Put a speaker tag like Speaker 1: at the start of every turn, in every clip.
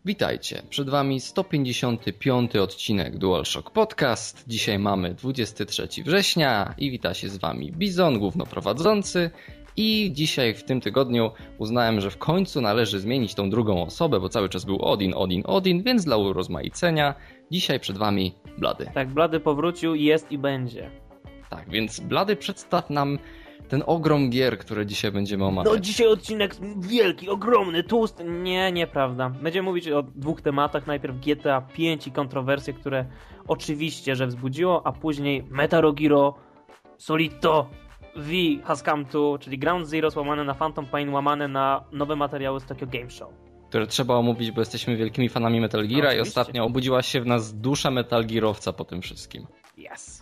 Speaker 1: Witajcie, przed Wami 155 odcinek DualShock Podcast. Dzisiaj mamy 23 września i wita się z Wami Bizon, głównoprowadzący. I dzisiaj w tym tygodniu uznałem, że w końcu należy zmienić tą drugą osobę, bo cały czas był Odin, więc dla urozmaicenia dzisiaj przed Wami Blady.
Speaker 2: Tak, Blady powrócił, jest i będzie.
Speaker 1: Tak, więc Blady, przedstaw nam ten ogrom gier, które dzisiaj będziemy omawiać.
Speaker 2: No dzisiaj odcinek wielki, ogromny, tłusty. Nie, nieprawda. Będziemy mówić o dwóch tematach. Najpierw GTA 5 i kontrowersje, które oczywiście, że wzbudziło, a później Metal Gear Solito V has come to, czyli Ground Zero łamane na Phantom Pain, łamane na nowe materiały z Tokyo Game Show.
Speaker 1: Które trzeba omówić, bo jesteśmy wielkimi fanami Metal Geara i ostatnio obudziła się w nas dusza Metal Gearowca po tym wszystkim.
Speaker 2: Yes.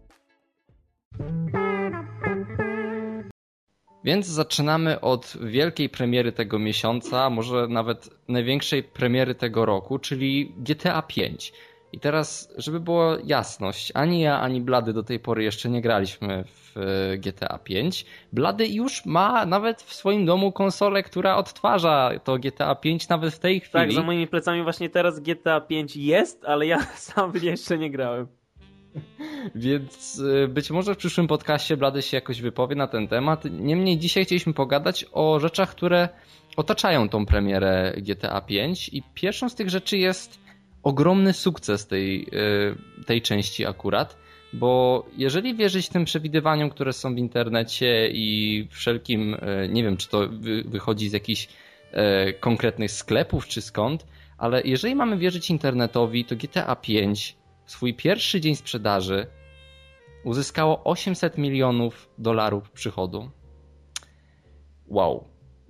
Speaker 1: Więc zaczynamy od wielkiej premiery tego miesiąca, może nawet największej premiery tego roku, czyli GTA 5. I teraz, żeby była jasność, ani ja, ani Blady do tej pory jeszcze nie graliśmy w GTA 5. Blady już ma nawet w swoim domu konsolę, która odtwarza to GTA 5 nawet w tej chwili.
Speaker 2: Tak, za moimi plecami właśnie teraz GTA 5 jest, ale ja sam jeszcze nie grałem.
Speaker 1: Więc być może w przyszłym podcaście Blady się jakoś wypowie na ten temat. Niemniej dzisiaj chcieliśmy pogadać o rzeczach, które otaczają tą premierę GTA 5 i pierwszą z tych rzeczy jest ogromny sukces tej części akurat, bo jeżeli wierzyć tym przewidywaniom, które są w internecie i wszelkim, nie wiem czy to wychodzi z jakichś konkretnych sklepów czy skąd, ale jeżeli mamy wierzyć internetowi, to GTA 5 w swój pierwszy dzień sprzedaży uzyskało $800 milionów przychodu. Wow.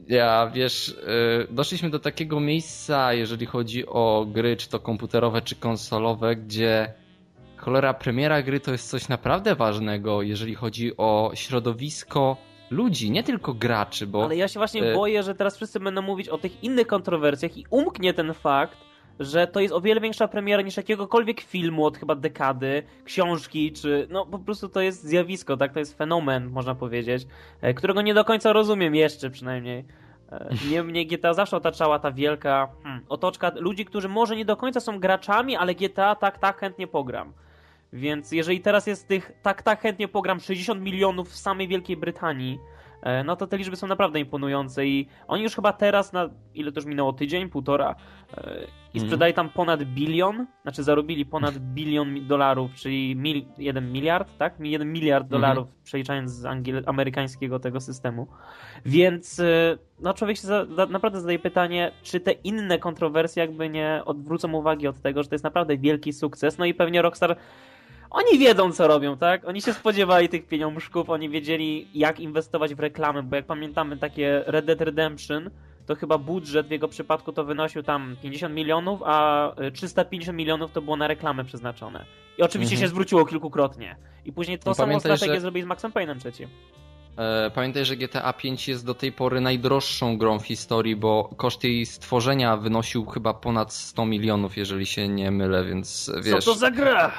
Speaker 1: Doszliśmy do takiego miejsca, jeżeli chodzi o gry, czy to komputerowe, czy konsolowe, gdzie cholera, premiera gry to jest coś naprawdę ważnego, jeżeli chodzi o środowisko ludzi, nie tylko graczy, bo...
Speaker 2: Ale ja się właśnie boję, że teraz wszyscy będą mówić o tych innych kontrowersjach i umknie ten fakt, że to jest o wiele większa premiera niż jakiegokolwiek filmu od chyba dekady, książki, czy no po prostu to jest zjawisko, tak? To jest fenomen, można powiedzieć, którego nie do końca rozumiem jeszcze przynajmniej. Niemniej GTA zawsze otaczała ta wielka otoczka ludzi, którzy może nie do końca są graczami, ale GTA tak chętnie pogram. Więc jeżeli teraz jest tych tak chętnie pogram 60 milionów w samej Wielkiej Brytanii, no to te liczby są naprawdę imponujące i oni już chyba teraz ile to już minęło, tydzień, półtora i sprzedali tam ponad bilion, znaczy zarobili ponad bilion dolarów, czyli 1 miliard, tak? 1 miliard dolarów przeliczając z amerykańskiego tego systemu. Więc no człowiek się naprawdę zadaje pytanie, czy te inne kontrowersje jakby nie odwrócą uwagi od tego, że to jest naprawdę wielki sukces, no i pewnie Rockstar oni wiedzą, co robią, tak? Oni się spodziewali tych pieniążków, oni wiedzieli, jak inwestować w reklamę, bo jak pamiętamy takie Red Dead Redemption, to chyba budżet w jego przypadku to wynosił tam 50 milionów, a 350 milionów to było na reklamę przeznaczone. I oczywiście się zwróciło kilkukrotnie. I później to samą strategię zrobili z Maxem Payne'em trzecim.
Speaker 1: Pamiętaj, że GTA 5 jest do tej pory najdroższą grą w historii, bo koszt jej stworzenia wynosił chyba ponad 100 milionów, jeżeli się nie mylę, więc wiesz...
Speaker 2: Co to za gra?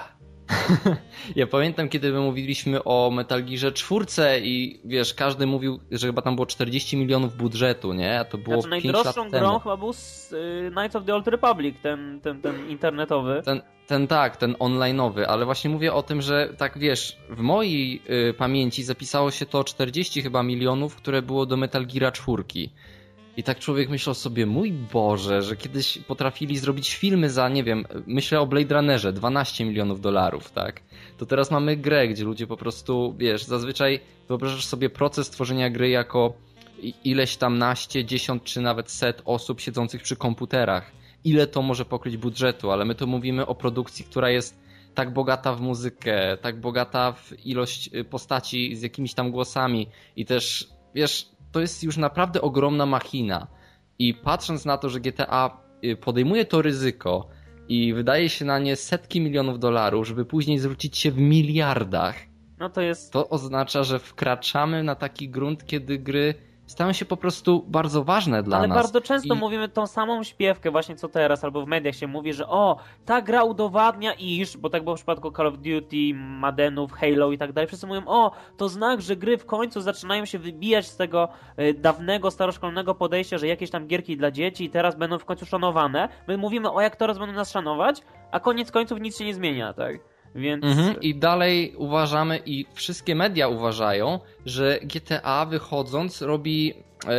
Speaker 1: Ja pamiętam, kiedy my mówiliśmy o Metal Gearze 4 i wiesz, każdy mówił, że chyba tam było 40 milionów budżetu, nie? A to było 5 lat temu.
Speaker 2: Najdroższą grą chyba był Knights of the Old Republic, ten internetowy.
Speaker 1: Ten online'owy, ale właśnie mówię o tym, że tak wiesz, w mojej pamięci zapisało się to 40 chyba milionów, które było do Metal Geara 4. I tak człowiek myślał sobie, mój Boże, że kiedyś potrafili zrobić filmy za, nie wiem, myślę o Blade Runnerze, 12 milionów dolarów, tak? To teraz mamy grę, gdzie ludzie po prostu, wiesz, zazwyczaj wyobrażasz sobie proces tworzenia gry jako ileś tam 10 czy nawet set osób siedzących przy komputerach. Ile to może pokryć budżetu, ale my tu mówimy o produkcji, która jest tak bogata w muzykę, tak bogata w ilość postaci z jakimiś tam głosami i też, wiesz... To jest już naprawdę ogromna machina i patrząc na to, że GTA podejmuje to ryzyko i wydaje się na nie setki milionów dolarów, żeby później zwrócić się w miliardach,
Speaker 2: no to
Speaker 1: oznacza, że wkraczamy na taki grunt, kiedy gry stają się po prostu bardzo ważne dla nas.
Speaker 2: Ale bardzo często mówimy tą samą śpiewkę właśnie co teraz, albo w mediach się mówi, że ta gra udowadnia iż, bo tak było w przypadku Call of Duty, Maddenów, Halo i tak dalej, wszyscy mówią, to znak, że gry w końcu zaczynają się wybijać z tego dawnego, staroszkolnego podejścia, że jakieś tam gierki dla dzieci i teraz będą w końcu szanowane. My mówimy, jak teraz będą nas szanować, a koniec końców nic się nie zmienia, tak? Więc...
Speaker 1: I dalej uważamy i wszystkie media uważają, że GTA wychodząc robi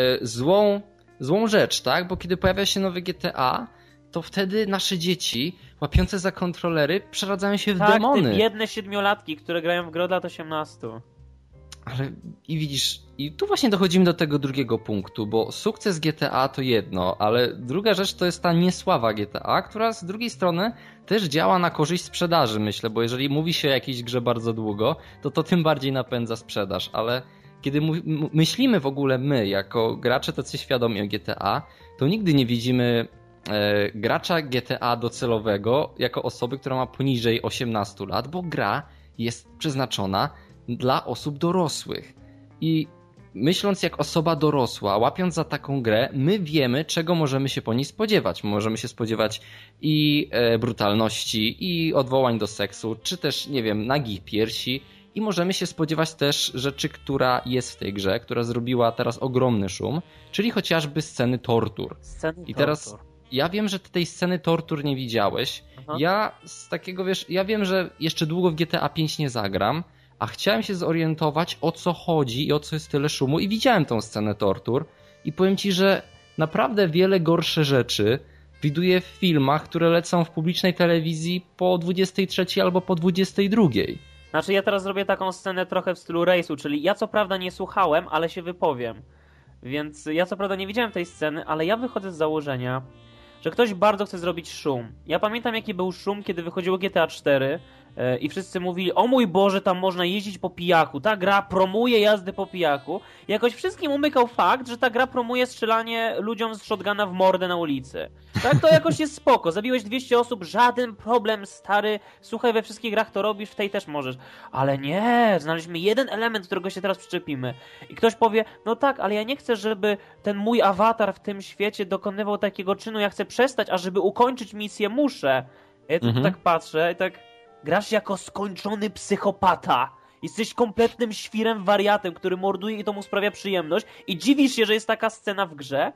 Speaker 1: złą rzecz, tak? Bo kiedy pojawia się nowy GTA, to wtedy nasze dzieci łapiące za kontrolery przeradzają się w demony.
Speaker 2: Tak, te biedne 7-latki, które grają w grę od lat 18.
Speaker 1: Ale i widzisz, i tu właśnie dochodzimy do tego drugiego punktu, bo sukces GTA to jedno, ale druga rzecz to jest ta niesława GTA, która z drugiej strony też działa na korzyść sprzedaży, myślę, bo jeżeli mówi się o jakiejś grze bardzo długo, to tym bardziej napędza sprzedaż, ale kiedy myślimy w ogóle my, jako gracze tacy świadomi o GTA, to nigdy nie widzimy gracza GTA docelowego jako osoby, która ma poniżej 18 lat, bo gra jest przeznaczona dla osób dorosłych. I myśląc jak osoba dorosła, łapiąc za taką grę, my wiemy, czego możemy się po niej spodziewać. Możemy się spodziewać i brutalności, i odwołań do seksu, czy też, nie wiem, nagich piersi. I możemy się spodziewać też rzeczy, która jest w tej grze, która zrobiła teraz ogromny szum, czyli chociażby sceny tortur. I teraz ja wiem, że ty tej sceny tortur nie widziałeś. Aha. Ja z takiego, ja wiem, że jeszcze długo w GTA 5 nie zagram, a chciałem się zorientować, o co chodzi i o co jest tyle szumu i widziałem tą scenę tortur i powiem ci, że naprawdę wiele gorsze rzeczy widuję w filmach, które lecą w publicznej telewizji po 23 albo po 22.
Speaker 2: Znaczy ja teraz zrobię taką scenę trochę w stylu rejsu, czyli ja co prawda nie słuchałem, ale się wypowiem. Więc ja co prawda nie widziałem tej sceny, ale ja wychodzę z założenia, że ktoś bardzo chce zrobić szum. Ja pamiętam jaki był szum, kiedy wychodziło GTA 4 i wszyscy mówili, o mój Boże, tam można jeździć po pijaku, ta gra promuje jazdy po pijaku. I jakoś wszystkim umykał fakt, że ta gra promuje strzelanie ludziom z shotguna w mordę na ulicy. Tak, to jakoś jest spoko, zabiłeś 200 osób, żaden problem, stary, słuchaj, we wszystkich grach to robisz, w tej też możesz. Ale nie, znaleźliśmy jeden element, którego się teraz przyczepimy. I ktoś powie, no tak, ale ja nie chcę, żeby ten mój awatar w tym świecie dokonywał takiego czynu, ja chcę przestać, a żeby ukończyć misję muszę. Ja tu tak patrzę i tak... Grasz jako skończony psychopata. Jesteś kompletnym świrem, wariatem, który morduje i to mu sprawia przyjemność i dziwisz się, że jest taka scena w grze?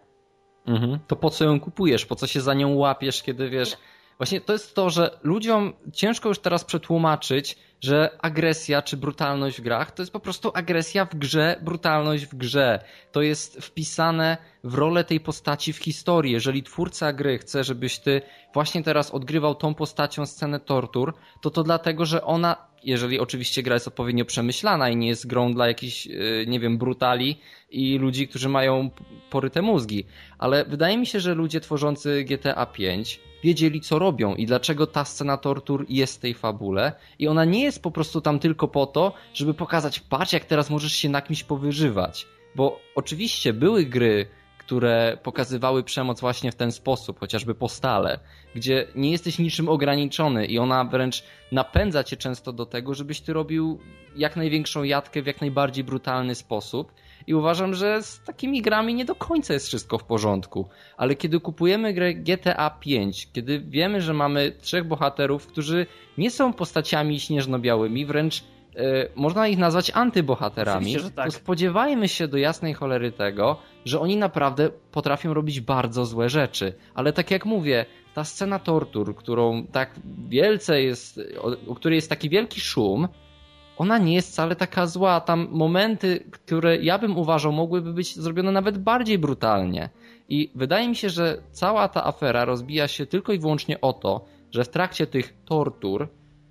Speaker 1: To po co ją kupujesz? Po co się za nią łapiesz, kiedy wiesz... Właśnie to jest to, że ludziom ciężko już teraz przetłumaczyć, że agresja czy brutalność w grach to jest po prostu agresja w grze, brutalność w grze. To jest wpisane w rolę tej postaci w historii. Jeżeli twórca gry chce, żebyś ty właśnie teraz odgrywał tą postacią scenę tortur, to dlatego, że ona, jeżeli oczywiście gra jest odpowiednio przemyślana i nie jest grą dla jakichś, nie wiem, brutali i ludzi, którzy mają poryte mózgi. Ale wydaje mi się, że ludzie tworzący GTA 5 wiedzieli, co robią i dlaczego ta scena tortur jest w tej fabule i ona nie jest po prostu tam tylko po to, żeby pokazać, patrz jak teraz możesz się na kimś powyżywać. Bo oczywiście były gry, które pokazywały przemoc właśnie w ten sposób, chociażby Postale, gdzie nie jesteś niczym ograniczony i ona wręcz napędza cię często do tego, żebyś ty robił jak największą jatkę w jak najbardziej brutalny sposób. I uważam, że z takimi grami nie do końca jest wszystko w porządku. Ale kiedy kupujemy grę GTA 5, kiedy wiemy, że mamy 3 bohaterów, którzy nie są postaciami śnieżno-białymi, wręcz można ich nazwać antybohaterami, tak. To spodziewajmy się do jasnej cholery tego, że oni naprawdę potrafią robić bardzo złe rzeczy. Ale tak jak mówię, ta scena tortur, którą tak wielce jest, o której jest taki wielki szum, ona nie jest wcale taka zła. Tam momenty, które ja bym uważał, mogłyby być zrobione nawet bardziej brutalnie. I wydaje mi się, że cała ta afera rozbija się tylko i wyłącznie o to, że w trakcie tych tortur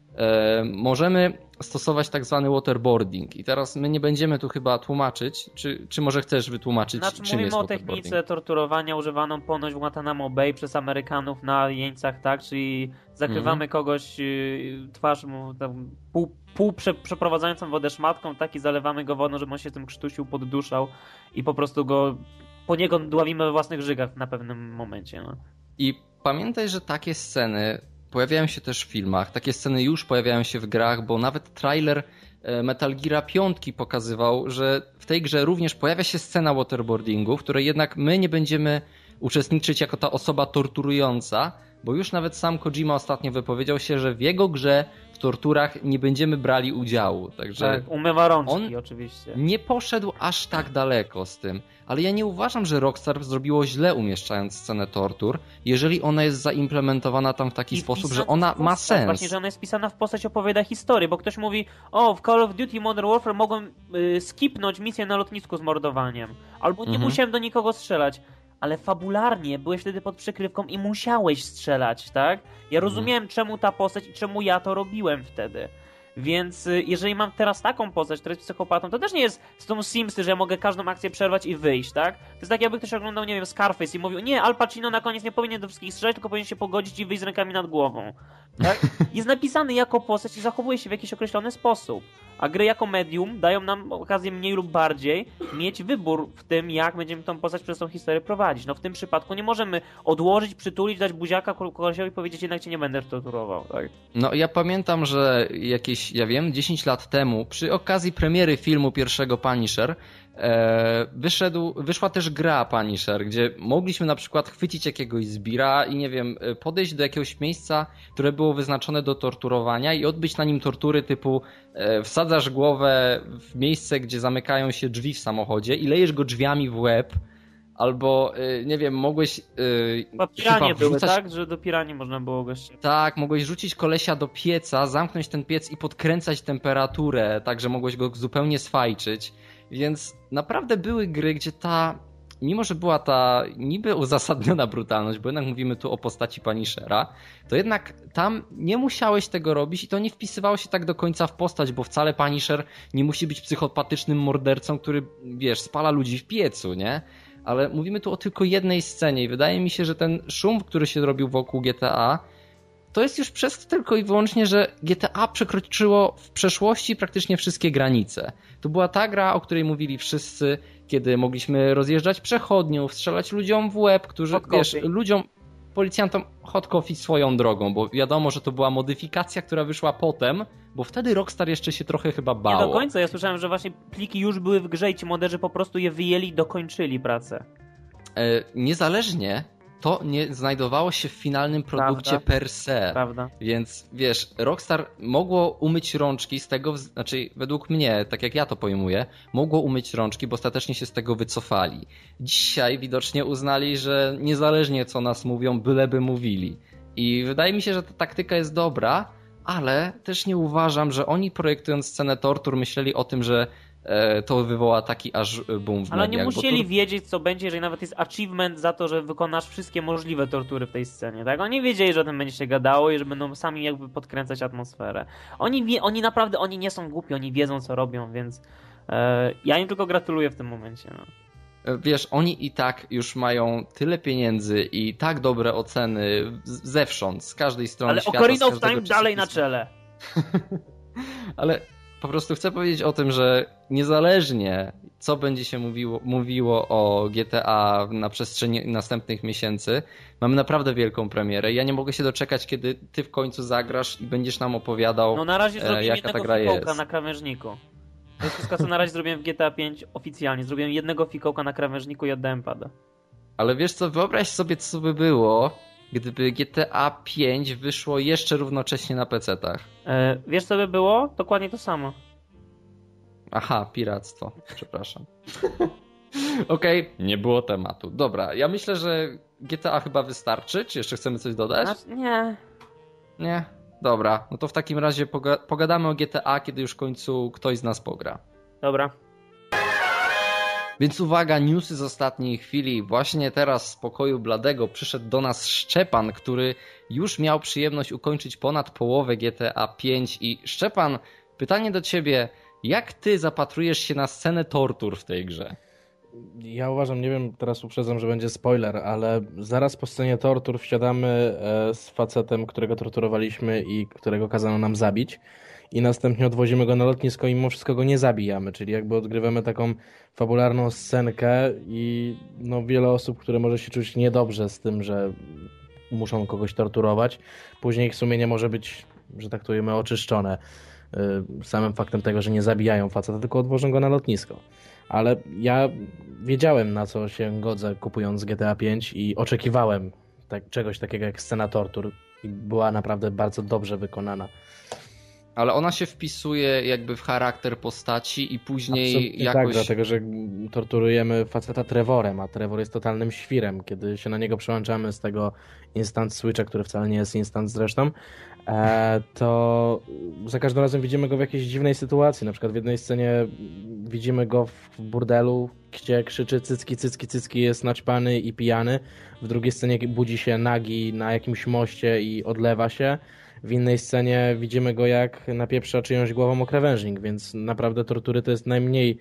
Speaker 1: możemy stosować tak zwany waterboarding. I teraz my nie będziemy tu chyba tłumaczyć, czy może chcesz wytłumaczyć, czym jest waterboarding?
Speaker 2: Mówimy o technice torturowania używaną ponoć w Guantanamo Bay przez Amerykanów na jeńcach, tak? Czyli zakrywamy kogoś twarz mu tam przeprowadzającą wodę szmatką, tak? I zalewamy go wodą, żeby on się tym krztusił, podduszał i po prostu go poniekąd dławimy we własnych żygach na pewnym momencie. No.
Speaker 1: I pamiętaj, że takie sceny pojawiają się też w filmach, takie sceny już pojawiają się w grach, bo nawet trailer Metal Geara 5 pokazywał, że w tej grze również pojawia się scena waterboardingu, w której jednak my nie będziemy uczestniczyć jako ta osoba torturująca, bo już nawet sam Kojima ostatnio wypowiedział się, że w jego grze w torturach nie będziemy brali udziału. Także
Speaker 2: tak, umywa rączki oczywiście.
Speaker 1: Nie poszedł aż tak daleko z tym, ale ja nie uważam, że Rockstar zrobiło źle umieszczając scenę tortur, jeżeli ona jest zaimplementowana tam w taki sposób, że ona ma sens.
Speaker 2: Właśnie, że ona jest pisana w postać opowiada historię, bo ktoś mówi, w Call of Duty Modern Warfare mogłem skipnąć misję na lotnisku z mordowaniem, albo nie musiałem do nikogo strzelać. Ale fabularnie byłeś wtedy pod przykrywką i musiałeś strzelać, tak? Ja rozumiałem, czemu ta postać i czemu ja to robiłem wtedy. Więc jeżeli mam teraz taką postać, która jest psychopatą, to też nie jest z tą Simsy, że ja mogę każdą akcję przerwać i wyjść, tak? To jest tak, jakby ktoś oglądał, nie wiem, Scarface i mówił, nie, Al Pacino na koniec nie powinien do wszystkich strzelać, tylko powinien się pogodzić i wyjść z rękami nad głową, tak? Jest napisany jako postać i zachowuje się w jakiś określony sposób. A gry jako medium dają nam okazję mniej lub bardziej mieć wybór w tym, jak będziemy tą postać przez tą historię prowadzić. No w tym przypadku nie możemy odłożyć, przytulić, dać buziaka kolesiowi i powiedzieć, jednak cię nie będę torturował, tak?
Speaker 1: No ja pamiętam, że jakieś, 10 lat temu, przy okazji premiery filmu pierwszego Punisher, wyszła też gra Punisher, gdzie mogliśmy na przykład chwycić jakiegoś zbira i nie wiem, podejść do jakiegoś miejsca, które było wyznaczone do torturowania i odbyć na nim tortury typu wsadzasz głowę w miejsce, gdzie zamykają się drzwi w samochodzie i lejesz go drzwiami w łeb, albo nie wiem, mogłeś
Speaker 2: piranie były, tak? Że do piranii można było go ściągnąć.
Speaker 1: Tak, mogłeś rzucić kolesia do pieca, zamknąć ten piec i podkręcać temperaturę, tak że mogłeś go zupełnie sfajczyć. Więc naprawdę były gry, gdzie mimo że była ta niby uzasadniona brutalność, bo jednak mówimy tu o postaci Punishera, to jednak tam nie musiałeś tego robić i to nie wpisywało się tak do końca w postać, bo wcale Punisher nie musi być psychopatycznym mordercą, który, spala ludzi w piecu, nie? Ale mówimy tu o tylko jednej scenie i wydaje mi się, że ten szum, który się zrobił wokół GTA, to jest już przez to tylko i wyłącznie, że GTA przekroczyło w przeszłości praktycznie wszystkie granice. To była ta gra, o której mówili wszyscy, kiedy mogliśmy rozjeżdżać przechodniów, strzelać ludziom w łeb, którzy, policjantom hot coffee swoją drogą, bo wiadomo, że to była modyfikacja, która wyszła potem, bo wtedy Rockstar jeszcze się trochę chyba bało.
Speaker 2: Nie do końca, ja słyszałem, że właśnie pliki już były w grze i ci moderzy po prostu je wyjęli i dokończyli pracę.
Speaker 1: Niezależnie, to nie znajdowało się w finalnym produkcie per se.
Speaker 2: Prawda.
Speaker 1: Więc Rockstar mogło umyć rączki z tego, znaczy według mnie, tak jak ja to pojmuję, mogło umyć rączki, bo ostatecznie się z tego wycofali. Dzisiaj widocznie uznali, że niezależnie co nas mówią, byleby mówili. I wydaje mi się, że ta taktyka jest dobra, ale też nie uważam, że oni projektując scenę tortur myśleli o tym, że to wywoła taki aż boom w mediach.
Speaker 2: Ale nie musieli wiedzieć, co będzie, jeżeli nawet jest achievement za to, że wykonasz wszystkie możliwe tortury w tej scenie, tak? Oni wiedzieli, że o tym będzie się gadało i że będą sami jakby podkręcać atmosferę. Oni naprawdę, oni nie są głupi, oni wiedzą, co robią, więc ja im tylko gratuluję w tym momencie. No.
Speaker 1: Oni i tak już mają tyle pieniędzy i tak dobre oceny zewsząd, z każdej strony świata.
Speaker 2: Ale Ocarina of Time dalej na czele.
Speaker 1: Ale po prostu chcę powiedzieć o tym, że niezależnie co będzie się mówiło o GTA na przestrzeni następnych miesięcy, mamy naprawdę wielką premierę. Ja nie mogę się doczekać, kiedy ty w końcu zagrasz i będziesz nam opowiadał,
Speaker 2: no na razie
Speaker 1: jaka ta gra jest.
Speaker 2: Na krawężniku. To jest wszystko, co na razie zrobiłem w GTA 5 oficjalnie. Zrobiłem jednego fikołka na krawężniku i oddałem pada.
Speaker 1: Ale wiesz co, wyobraź sobie, co by było, gdyby GTA 5 wyszło jeszcze równocześnie na PC-tach.
Speaker 2: Wiesz co by było? Dokładnie to samo.
Speaker 1: Aha, piractwo. Przepraszam. Okej, nie było tematu. Dobra, ja myślę, że GTA chyba wystarczy. Czy jeszcze chcemy coś dodać?
Speaker 2: Nie.
Speaker 1: Nie? Dobra, no to w takim razie pogadamy o GTA, kiedy już w końcu ktoś z nas pogra.
Speaker 2: Dobra.
Speaker 1: Więc uwaga, newsy z ostatniej chwili. Właśnie teraz z pokoju Bladego przyszedł do nas Szczepan, który już miał przyjemność ukończyć ponad połowę GTA 5. I Szczepan, pytanie do ciebie, jak ty zapatrujesz się na scenę tortur w tej grze?
Speaker 3: Ja uważam, nie wiem, teraz uprzedzam, że będzie spoiler, ale zaraz po scenie tortur wsiadamy z facetem, którego torturowaliśmy i którego kazano nam zabić. I następnie odwozimy go na lotnisko i mimo wszystko go nie zabijamy, czyli jakby odgrywamy taką fabularną scenkę i no wiele osób, które może się czuć niedobrze z tym, że muszą kogoś torturować, później ich sumienie może być, że tak to ujmę, oczyszczone. samym faktem tego, że nie zabijają faceta, tylko odwożą go na lotnisko. Ale ja wiedziałem, na co się godzę, kupując GTA 5 i oczekiwałem czegoś takiego jak scena tortur i była naprawdę bardzo dobrze wykonana.
Speaker 1: Ale ona się wpisuje jakby w charakter postaci i później
Speaker 3: Absolutnie
Speaker 1: jakoś...
Speaker 3: Tak, dlatego że torturujemy faceta Trevorem, a Trevor jest totalnym świrem. Kiedy się na niego przełączamy z tego instant switcha, który wcale nie jest instant zresztą, to za każdym razem widzimy go w jakiejś dziwnej sytuacji. Na przykład w jednej scenie widzimy go w burdelu, gdzie krzyczy cycki, cycki, cycki, jest naćpany i pijany. W drugiej scenie budzi się nagi na jakimś moście i odlewa się. W innej scenie widzimy go, jak napieprza czyjąś głową o krawężnik, więc naprawdę tortury to jest najmniej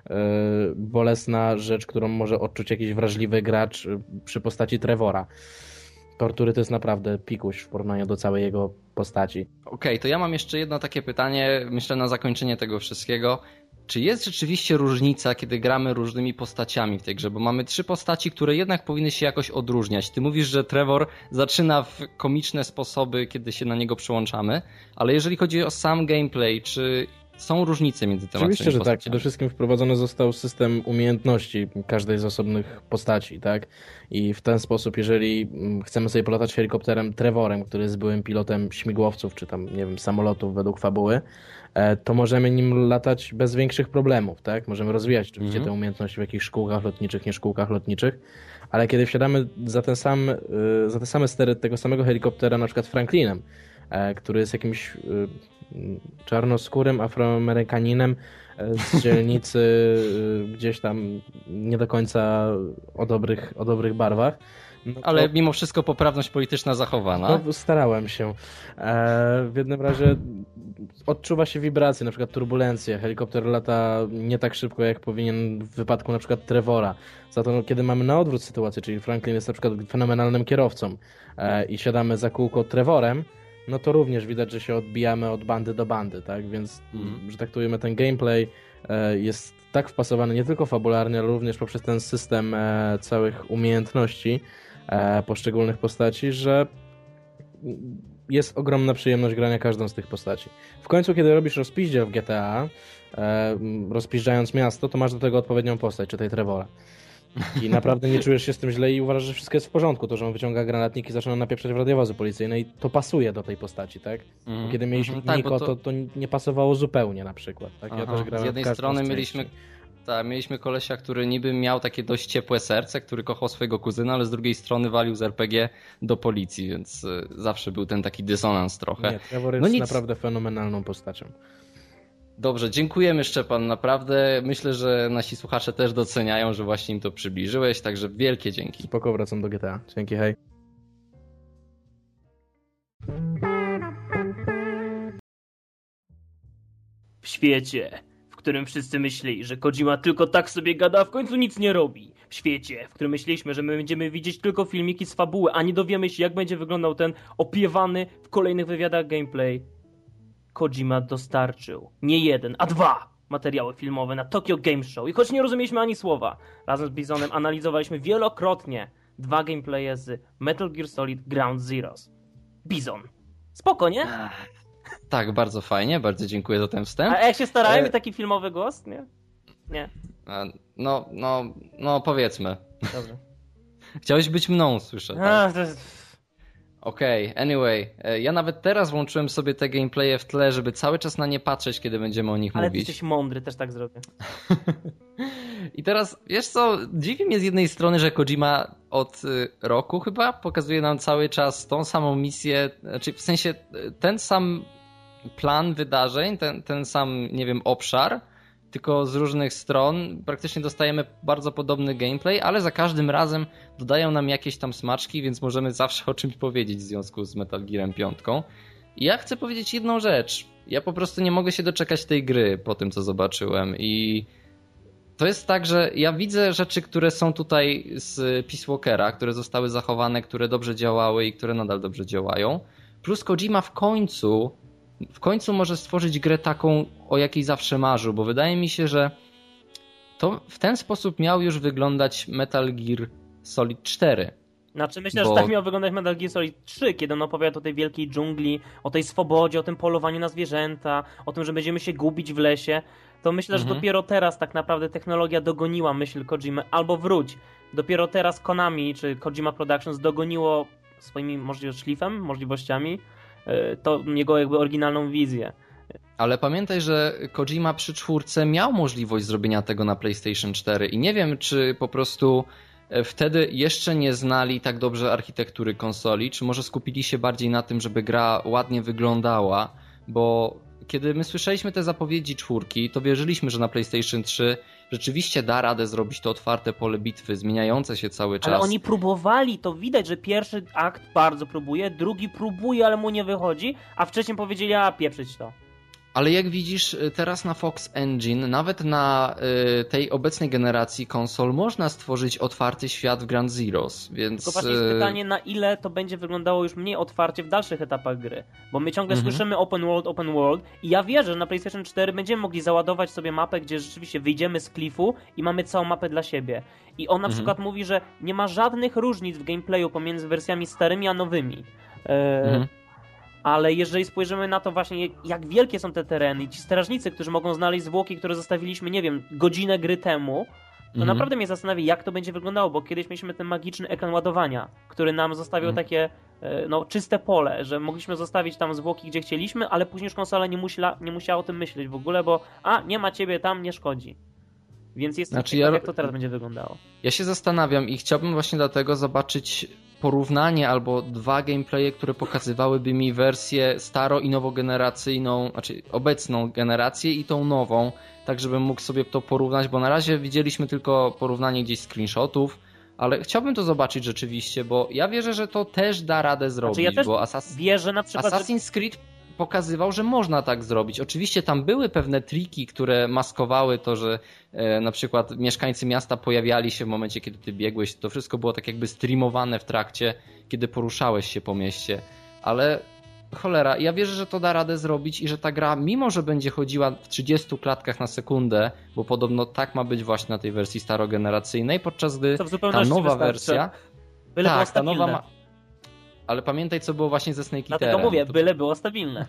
Speaker 3: bolesna rzecz, którą może odczuć jakiś wrażliwy gracz przy postaci Trevora. Tortury to jest naprawdę pikuś w porównaniu do całej jego postaci.
Speaker 1: Okej, to ja mam jeszcze jedno takie pytanie, myślę na zakończenie tego wszystkiego. Czy jest rzeczywiście różnica, kiedy gramy różnymi postaciami w tej grze? Bo mamy 3 postaci, które jednak powinny się jakoś odróżniać. Ty mówisz, że Trevor zaczyna w komiczne sposoby, kiedy się na niego przełączamy, ale jeżeli chodzi o sam gameplay, czy są różnice między tymi postaciami?
Speaker 3: Oczywiście, że tak. Przede wszystkim wprowadzony został system umiejętności każdej z osobnych postaci, tak? I w ten sposób, jeżeli chcemy sobie polatać helikopterem Trevorem, który jest byłym pilotem śmigłowców, czy tam, nie wiem, samolotów według fabuły, to możemy nim latać bez większych problemów, tak? Możemy rozwijać oczywiście te umiejętności w jakichś szkółkach lotniczych, nie szkółkach lotniczych, ale kiedy wsiadamy za te same stery tego samego helikoptera, na przykład Franklinem, który jest jakimś czarnoskórym Afroamerykaninem z dzielnicy gdzieś tam nie do końca o dobrych barwach. No to...
Speaker 1: Ale mimo wszystko poprawność polityczna zachowana.
Speaker 3: No, starałem się. W jednym razie odczuwa się wibracje, na przykład turbulencje. Helikopter lata nie tak szybko, jak powinien w wypadku na przykład Trevora. Za to, kiedy mamy na odwrót sytuację, czyli Franklin jest na przykład fenomenalnym kierowcą i siadamy za kółko Trevorem, no to również widać, że się odbijamy od bandy do bandy, tak? Więc, że tak to ujmę, ten gameplay jest tak wpasowany nie tylko fabularnie, ale również poprzez ten system całych umiejętności poszczególnych postaci, że jest ogromna przyjemność grania każdą z tych postaci. W końcu, kiedy robisz rozpiździel w GTA, rozpiżdżając miasto, to masz do tego odpowiednią postać, czy tej Trevora. I naprawdę nie czujesz się z tym źle i uważasz, że wszystko jest w porządku. To, że on wyciąga granatnik i zaczyna napieprzać w radiowozy policyjne i to pasuje do tej postaci, tak? Bo kiedy mieliśmy Niko, to nie pasowało zupełnie na przykład. Tak? Ja też grałem
Speaker 1: z jednej strony mieliśmy kolesia, który niby miał takie dość ciepłe serce, który kochał swojego kuzyna, ale z drugiej strony walił z RPG do policji, więc zawsze był ten taki dysonans trochę.
Speaker 3: Nie, Trevor jest naprawdę fenomenalną postacią.
Speaker 1: Dobrze, dziękujemy Szczepan, naprawdę. Myślę, że nasi słuchacze też doceniają, że właśnie im to przybliżyłeś, także wielkie dzięki.
Speaker 3: Spoko, wracam do GTA. Dzięki, hej.
Speaker 2: W świecie, w którym wszyscy myśleli, że Kojima tylko tak sobie gada, a w końcu nic nie robi. W świecie, w którym myśleliśmy, że my będziemy widzieć tylko filmiki z fabuły, a nie dowiemy się, jak będzie wyglądał ten opiewany w kolejnych wywiadach gameplay. Kojima dostarczył nie 1, a 2 materiały filmowe na Tokyo Game Show. I choć nie rozumieliśmy ani słowa, razem z Bizonem analizowaliśmy wielokrotnie 2 gameplaye z Metal Gear Solid Ground Zeroes. Bizon. Spoko, nie?
Speaker 1: Tak, bardzo fajnie, bardzo dziękuję za ten wstęp.
Speaker 2: A jak się starałem, taki filmowy głos? Nie? Nie.
Speaker 1: No powiedzmy.
Speaker 2: Dobrze.
Speaker 1: Chciałeś być mną, słyszę. Tak? Okej, anyway, ja nawet teraz włączyłem sobie te gameplaye w tle, żeby cały czas na nie patrzeć, kiedy będziemy o nich mówić.
Speaker 2: Ale ty jesteś mądry, też tak zrobię.
Speaker 1: I teraz, wiesz co, dziwi mnie z jednej strony, że Kojima od roku chyba pokazuje nam cały czas tą samą misję, znaczy w sensie ten sam plan wydarzeń, ten sam, nie wiem, obszar, tylko z różnych stron. Praktycznie dostajemy bardzo podobny gameplay, ale za każdym razem dodają nam jakieś tam smaczki, więc możemy zawsze o czymś powiedzieć w związku z Metal Gearem 5. I ja chcę powiedzieć jedną rzecz. Ja po prostu nie mogę się doczekać tej gry po tym, co zobaczyłem. I to jest tak, że ja widzę rzeczy, które są tutaj z Peace Walkera, które zostały zachowane, które dobrze działały i które nadal dobrze działają. Plus Kojima w końcu może stworzyć grę taką, o jakiej zawsze marzył, bo wydaje mi się, że to w ten sposób miał już wyglądać Metal Gear Solid 4.
Speaker 2: Znaczy myślę, że tak miał wyglądać Metal Gear Solid 3, kiedy on opowiada o tej wielkiej dżungli, o tej swobodzie, o tym polowaniu na zwierzęta, o tym, że będziemy się gubić w lesie. To myślę, że dopiero teraz tak naprawdę technologia dogoniła myśl Kojimy, albo wróć. Dopiero teraz Konami czy Kojima Productions dogoniło swoimi możliwościami to jego jakby oryginalną wizję.
Speaker 1: Ale pamiętaj, że Kojima przy 4 miał możliwość zrobienia tego na PlayStation 4 i nie wiem, czy po prostu wtedy jeszcze nie znali tak dobrze architektury konsoli, czy może skupili się bardziej na tym, żeby gra ładnie wyglądała, bo kiedy my słyszeliśmy te zapowiedzi 4, to wierzyliśmy, że na PlayStation 3 rzeczywiście da radę zrobić to otwarte pole bitwy, zmieniające się cały czas.
Speaker 2: Ale oni próbowali, to widać, że pierwszy akt bardzo próbuje, drugi próbuje, ale mu nie wychodzi, a wcześniej powiedzieli, pieprzyć to.
Speaker 1: Ale jak widzisz, teraz na Fox Engine, nawet na tej obecnej generacji konsol, można stworzyć otwarty świat w Ground Zeroes, więc...
Speaker 2: Tylko właśnie jest pytanie, na ile to będzie wyglądało już mniej otwarcie w dalszych etapach gry. Bo my ciągle słyszymy open world i ja wierzę, że na PlayStation 4 będziemy mogli załadować sobie mapę, gdzie rzeczywiście wyjdziemy z klifu i mamy całą mapę dla siebie. I on na przykład mówi, że nie ma żadnych różnic w gameplayu pomiędzy wersjami starymi a nowymi. Ale jeżeli spojrzymy na to właśnie, jak wielkie są te tereny i ci strażnicy, którzy mogą znaleźć zwłoki, które zostawiliśmy, nie wiem, godzinę gry temu, to naprawdę mnie zastanawia, jak to będzie wyglądało, bo kiedyś mieliśmy ten magiczny ekran ładowania, który nam zostawiał takie czyste pole, że mogliśmy zostawić tam zwłoki, gdzie chcieliśmy, ale później już konsola nie musiała o tym myśleć w ogóle, bo nie ma ciebie tam, nie szkodzi. Więc jest ciekawe, jak to teraz będzie wyglądało.
Speaker 1: Ja się zastanawiam i chciałbym właśnie dlatego zobaczyć porównanie albo 2 gameplaye, które pokazywałyby mi wersję staro- i nowogeneracyjną, znaczy obecną generację i tą nową, tak żebym mógł sobie to porównać, bo na razie widzieliśmy tylko porównanie gdzieś screenshotów, ale chciałbym to zobaczyć rzeczywiście, bo ja wierzę, że to też da radę zrobić,
Speaker 2: ja też
Speaker 1: bo
Speaker 2: wierzę na przykład,
Speaker 1: Assassin's Creed pokazywał, że można tak zrobić. Oczywiście tam były pewne triki, które maskowały to, że na przykład mieszkańcy miasta pojawiali się w momencie, kiedy ty biegłeś. To wszystko było tak jakby streamowane w trakcie, kiedy poruszałeś się po mieście. Ale cholera, ja wierzę, że to da radę zrobić i że ta gra, mimo że będzie chodziła w 30 klatkach na sekundę, bo podobno tak ma być właśnie na tej wersji starogeneracyjnej, podczas gdy ta nowa wersja...
Speaker 2: Tak, ta nowa ma...
Speaker 1: Ale pamiętaj, co było właśnie ze Snake Eaterem.
Speaker 2: Dlatego mówię, byle było stabilne.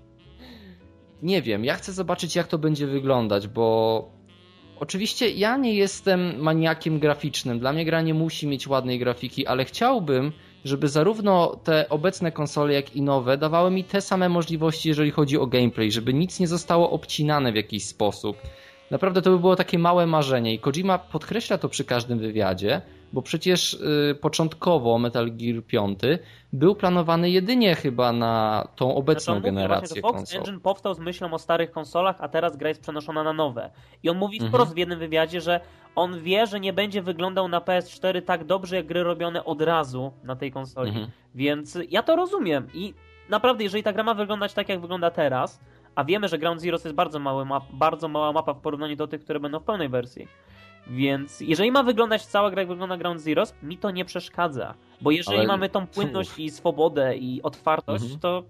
Speaker 1: Nie wiem, ja chcę zobaczyć, jak to będzie wyglądać, bo oczywiście ja nie jestem maniakiem graficznym. Dla mnie gra nie musi mieć ładnej grafiki, ale chciałbym, żeby zarówno te obecne konsole, jak i nowe dawały mi te same możliwości, jeżeli chodzi o gameplay, żeby nic nie zostało obcinane w jakiś sposób. Naprawdę to by było takie małe marzenie i Kojima podkreśla to przy każdym wywiadzie, bo przecież początkowo Metal Gear 5 był planowany jedynie chyba na tą obecną generację
Speaker 2: konsol.
Speaker 1: Fox
Speaker 2: Engine powstał z myślą o starych konsolach, a teraz gra jest przenoszona na nowe. I on mówi wprost w jednym wywiadzie, że on wie, że nie będzie wyglądał na PS4 tak dobrze, jak gry robione od razu na tej konsoli. Więc ja to rozumiem i naprawdę, jeżeli ta gra ma wyglądać tak, jak wygląda teraz, a wiemy, że Ground Zero to jest bardzo mała mapa w porównaniu do tych, które będą w pełnej wersji. Więc jeżeli ma wyglądać cała gra, jak wygląda Ground Zeroes, mi to nie przeszkadza. Bo jeżeli mamy tą płynność i swobodę i otwartość,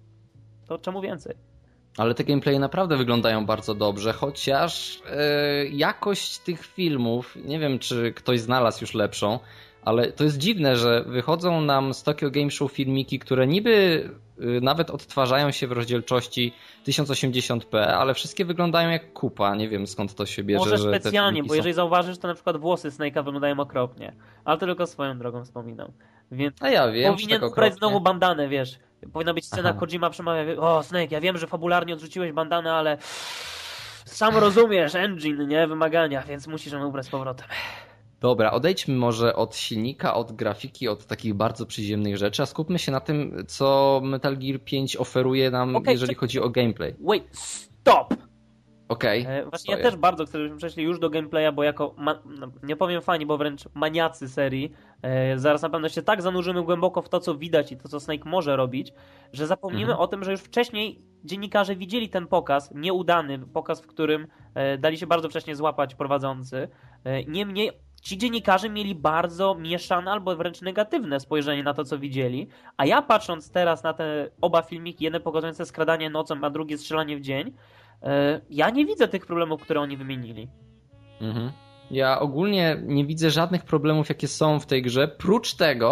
Speaker 2: to czemu więcej?
Speaker 1: Ale te gameplaye naprawdę wyglądają bardzo dobrze, chociaż jakość tych filmów, nie wiem, czy ktoś znalazł już lepszą, ale to jest dziwne, że wychodzą nam z Tokyo Game Show filmiki, które niby nawet odtwarzają się w rozdzielczości 1080p, ale wszystkie wyglądają jak kupa. Nie wiem, skąd to się bierze.
Speaker 2: Może specjalnie, bo jeżeli zauważysz, to na przykład włosy Snake'a wyglądają okropnie. Ale to tylko swoją drogą wspominam. Więc
Speaker 1: a ja wiem,
Speaker 2: powinien brać znowu bandanę, wiesz. Powinna być scena, Kojima przemawia, o Snake, ja wiem, że fabularnie odrzuciłeś bandanę, ale sam rozumiesz, engine, nie? Wymagania, więc musisz ją ubrać z powrotem.
Speaker 1: Dobra, odejdźmy może od silnika, od grafiki, od takich bardzo przyziemnych rzeczy, a skupmy się na tym, co Metal Gear 5 oferuje nam, jeżeli chodzi o gameplay.
Speaker 2: Wait, stop!
Speaker 1: Okej.
Speaker 2: Właśnie ja też bardzo chcę, żebyśmy przeszli już do gameplaya, bo jako, nie powiem fani, bo wręcz maniacy serii, zaraz na pewno się tak zanurzymy głęboko w to, co widać i to, co Snake może robić, że zapomnimy o tym, że już wcześniej dziennikarze widzieli ten pokaz, nieudany pokaz, w którym dali się bardzo wcześnie złapać prowadzący. Niemniej ci dziennikarze mieli bardzo mieszane albo wręcz negatywne spojrzenie na to, co widzieli, a ja patrząc teraz na te oba filmiki, jeden pokazujący skradanie nocą, a drugi strzelanie w dzień, ja nie widzę tych problemów, które oni wymienili.
Speaker 1: Ja ogólnie nie widzę żadnych problemów, jakie są w tej grze, prócz tego,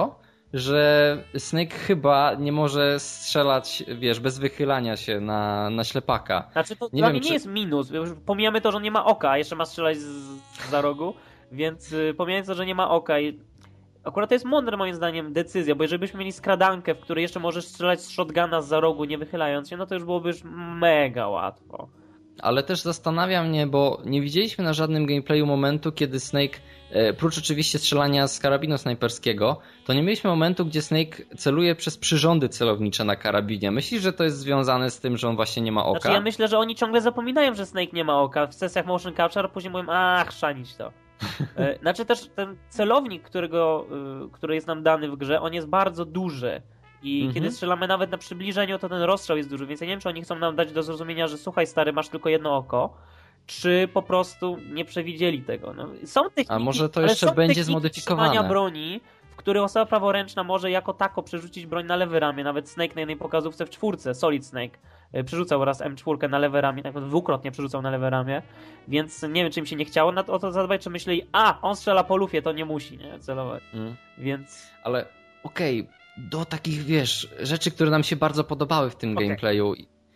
Speaker 1: że Snake chyba nie może strzelać, wiesz, bez wychylania się na ślepaka.
Speaker 2: Znaczy to
Speaker 1: Nie
Speaker 2: dla
Speaker 1: wiem,
Speaker 2: mnie nie jest minus. Pomijamy to, że nie ma oka, a jeszcze ma strzelać za rogu, więc pomijając to, że nie ma oka i akurat to jest mądra moim zdaniem decyzja, bo jeżeli byśmy mieli skradankę, w której jeszcze możesz strzelać z shotguna za rogu, nie wychylając się, no to już byłoby już mega łatwo.
Speaker 1: Ale też zastanawia mnie, bo nie widzieliśmy na żadnym gameplayu momentu, kiedy Snake, prócz oczywiście strzelania z karabinu snajperskiego, to nie mieliśmy momentu, gdzie Snake celuje przez przyrządy celownicze na karabinie. Myślisz, że to jest związane z tym, że on właśnie nie ma oka?
Speaker 2: Znaczy ja myślę, że oni ciągle zapominają, że Snake nie ma oka w sesjach motion capture, a później mówią, chrzanić to. Znaczy też ten celownik, który jest nam dany w grze, on jest bardzo duży. I kiedy strzelamy nawet na przybliżeniu, to ten rozstrzał jest duży, więc ja nie wiem, czy oni chcą nam dać do zrozumienia, że słuchaj stary, masz tylko jedno oko, czy po prostu nie przewidzieli tego. No, są techniki,
Speaker 1: a może to jeszcze będzie zmodyfikowane.
Speaker 2: Trzymania broni, w których osoba praworęczna może jako tako przerzucić broń na lewe ramię. Nawet Snake na jednej pokazówce w 4, Solid Snake, przerzucał raz M4 na lewe ramię, nawet dwukrotnie przerzucał na lewe ramię, więc nie wiem, czy im się nie chciało o to zadbać, czy myśleli, on strzela po lufie, to nie musi celować. Więc...
Speaker 1: Ale okej, do takich, wiesz, rzeczy, które nam się bardzo podobały w tym gameplayu.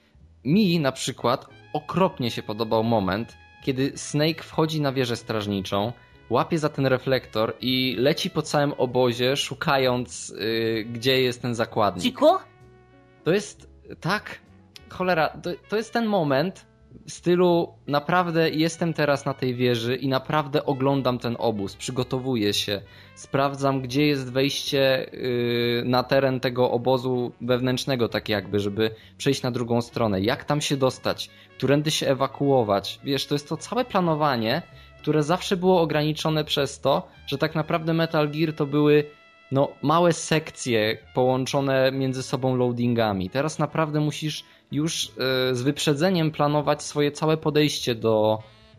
Speaker 1: Mi na przykład okropnie się podobał moment, kiedy Snake wchodzi na wieżę strażniczą, łapie za ten reflektor i leci po całym obozie, szukając, gdzie jest ten zakładnik.
Speaker 2: Cicho?
Speaker 1: To jest, tak, cholera, to jest ten moment w stylu naprawdę jestem teraz na tej wieży i naprawdę oglądam ten obóz, przygotowuję się, sprawdzam, gdzie jest wejście na teren tego obozu wewnętrznego, tak jakby, żeby przejść na drugą stronę, jak tam się dostać, którędy się ewakuować. Wiesz, to jest to całe planowanie, które zawsze było ograniczone przez to, że tak naprawdę Metal Gear to były małe sekcje połączone między sobą loadingami. Teraz naprawdę musisz już z wyprzedzeniem planować swoje całe podejście do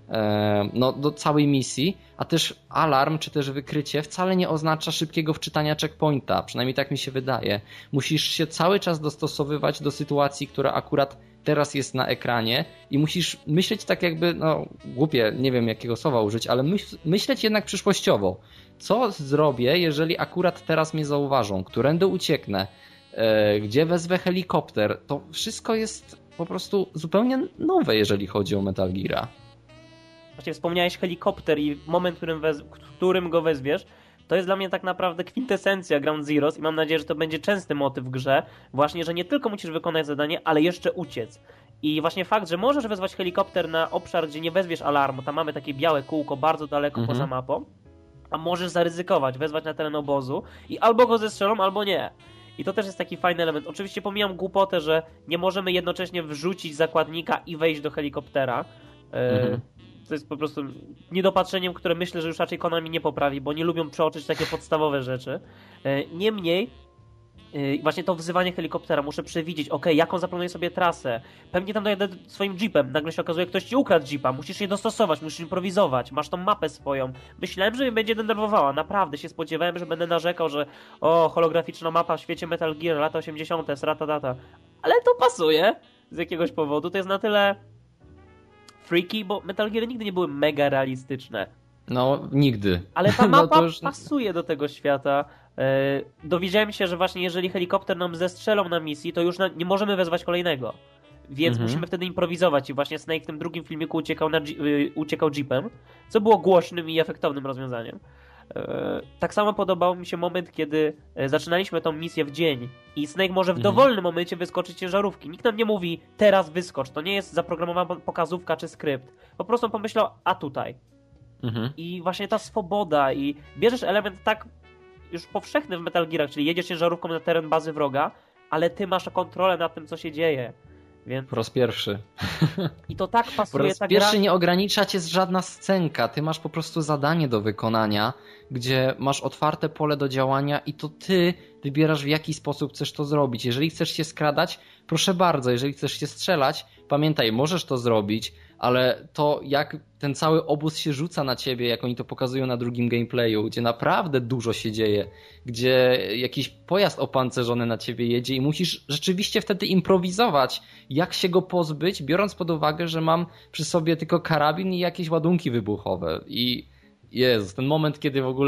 Speaker 1: całej misji, a też alarm czy też wykrycie wcale nie oznacza szybkiego wczytania checkpointa, przynajmniej tak mi się wydaje. Musisz się cały czas dostosowywać do sytuacji, która akurat teraz jest na ekranie i musisz myśleć tak jakby, głupie, nie wiem jakiego słowa użyć, ale myśleć jednak przyszłościowo. Co zrobię, jeżeli akurat teraz mnie zauważą? Którędy ucieknę? Gdzie wezwę helikopter? To wszystko jest po prostu zupełnie nowe, jeżeli chodzi o Metal Geara.
Speaker 2: Właśnie wspomniałeś helikopter i moment, w którym go wezwiesz, to jest dla mnie tak naprawdę kwintesencja Ground Zeroes i mam nadzieję, że to będzie częsty motyw w grze. Właśnie, że nie tylko musisz wykonać zadanie, ale jeszcze uciec. I właśnie fakt, że możesz wezwać helikopter na obszar, gdzie nie wezwiesz alarmu, tam mamy takie białe kółko bardzo daleko poza mapą, a możesz zaryzykować, wezwać na teren obozu i albo go zestrzelą, albo nie. I to też jest taki fajny element. Oczywiście pomijam głupotę, że nie możemy jednocześnie wrzucić zakładnika i wejść do helikoptera. To jest po prostu niedopatrzeniem, które myślę, że już raczej Konami nie poprawi, bo nie lubią przeoczyć takie podstawowe rzeczy. Niemniej właśnie to wzywanie helikoptera, muszę przewidzieć, jaką zaplanuję sobie trasę. Pewnie tam dojadę swoim jeepem, nagle się okazuje, ktoś ci ukradł jeepa, musisz je dostosować, musisz improwizować, masz tą mapę swoją. Myślałem, że mnie będzie denerwowała, naprawdę się spodziewałem, że będę narzekał, że holograficzna mapa w świecie Metal Gear, lata 80, strata data. Ale to pasuje z jakiegoś powodu, to jest na tyle freaky, bo Metal Gear nigdy nie były mega realistyczne.
Speaker 1: Nigdy.
Speaker 2: Ale ta mapa pasuje do tego świata. Dowiedziałem się, że właśnie jeżeli helikopter nam zestrzelą na misji, to już nie możemy wezwać kolejnego. Więc musimy wtedy improwizować i właśnie Snake w tym drugim filmiku uciekał jeepem, co było głośnym i efektownym rozwiązaniem. Tak samo podobał mi się moment, kiedy zaczynaliśmy tą misję w dzień i Snake może w dowolnym momencie wyskoczyć ciężarówki. Nikt nam nie mówi, teraz wyskocz. To nie jest zaprogramowana pokazówka czy skrypt. Po prostu on pomyślał, tutaj. I właśnie ta swoboda i bierzesz element tak już powszechny w Metal Gearach, czyli jedziesz ciężarówką na teren bazy wroga, ale ty masz kontrolę nad tym, co się dzieje. Więc...
Speaker 1: Po raz pierwszy.
Speaker 2: I to tak pasuje.
Speaker 1: Po raz pierwszy nie ogranicza cię żadna scenka. Ty masz po prostu zadanie do wykonania, gdzie masz otwarte pole do działania i to ty wybierasz, w jaki sposób chcesz to zrobić. Jeżeli chcesz się skradać, proszę bardzo. Jeżeli chcesz się strzelać, pamiętaj, możesz to zrobić, ale to jak ten cały obóz się rzuca na ciebie, jak oni to pokazują na drugim gameplayu, gdzie naprawdę dużo się dzieje, gdzie jakiś pojazd opancerzony na ciebie jedzie i musisz rzeczywiście wtedy improwizować, jak się go pozbyć, biorąc pod uwagę, że mam przy sobie tylko karabin i jakieś ładunki wybuchowe. I Jezus, ten moment, kiedy w ogóle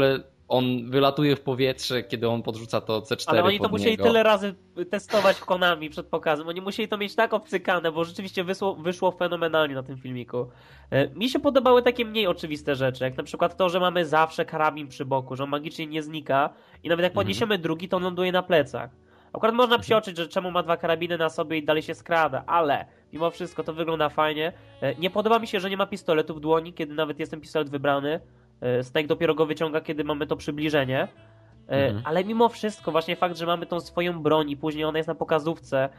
Speaker 1: on wylatuje w powietrze, kiedy on podrzuca to C4
Speaker 2: Ale oni to
Speaker 1: pod
Speaker 2: musieli
Speaker 1: niego.
Speaker 2: tyle razy testować w Konami przed pokazem. Oni musieli to mieć tak obcykane, bo rzeczywiście wyszło fenomenalnie na tym filmiku. Mi się podobały takie mniej oczywiste rzeczy, jak na przykład to, że mamy zawsze karabin przy boku, że on magicznie nie znika i nawet jak podniesiemy drugi, to on ląduje na plecach. Akurat można psioczyć, że czemu ma 2 karabiny na sobie i dalej się skrada, ale mimo wszystko to wygląda fajnie. Nie podoba mi się, że nie ma pistoletu w dłoni, kiedy nawet jest ten pistolet wybrany. Snake dopiero go wyciąga, kiedy mamy to przybliżenie. Ale mimo wszystko właśnie fakt, że mamy tą swoją broń i później ona jest na pokazówce,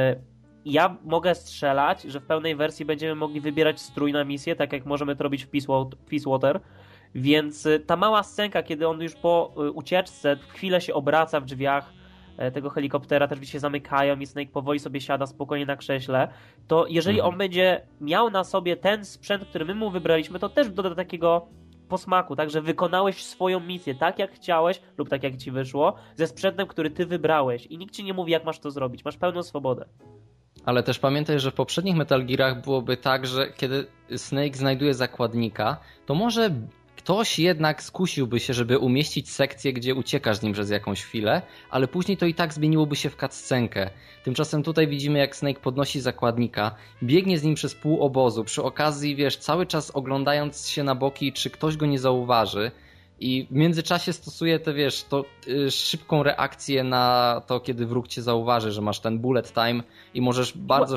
Speaker 2: ja mogę strzelać, że w pełnej wersji będziemy mogli wybierać strój na misję, tak jak możemy to robić w Peacewater. Więc ta mała scenka, kiedy on już po ucieczce chwilę się obraca w drzwiach tego helikoptera, te drzwi się zamykają i Snake powoli sobie siada spokojnie na krześle, to jeżeli on będzie miał na sobie ten sprzęt, który my mu wybraliśmy, to też doda takiego posmaku, tak, że wykonałeś swoją misję tak jak chciałeś lub tak jak ci wyszło, ze sprzętem, który ty wybrałeś i nikt ci nie mówi jak masz to zrobić, masz pełną swobodę.
Speaker 1: Ale też pamiętaj, że w poprzednich Metal Gearach byłoby tak, że kiedy Snake znajduje zakładnika, to może ktoś jednak skusiłby się, żeby umieścić sekcję, gdzie uciekasz z nim przez jakąś chwilę, ale później to i tak zmieniłoby się w cutscenkę. Tymczasem tutaj widzimy, jak Snake podnosi zakładnika, biegnie z nim przez pół obozu, przy okazji, wiesz, cały czas oglądając się na boki, czy ktoś go nie zauważy. I w międzyczasie stosuje tę, wiesz, szybką reakcję na to, kiedy wróg cię zauważy, że masz ten bullet time i możesz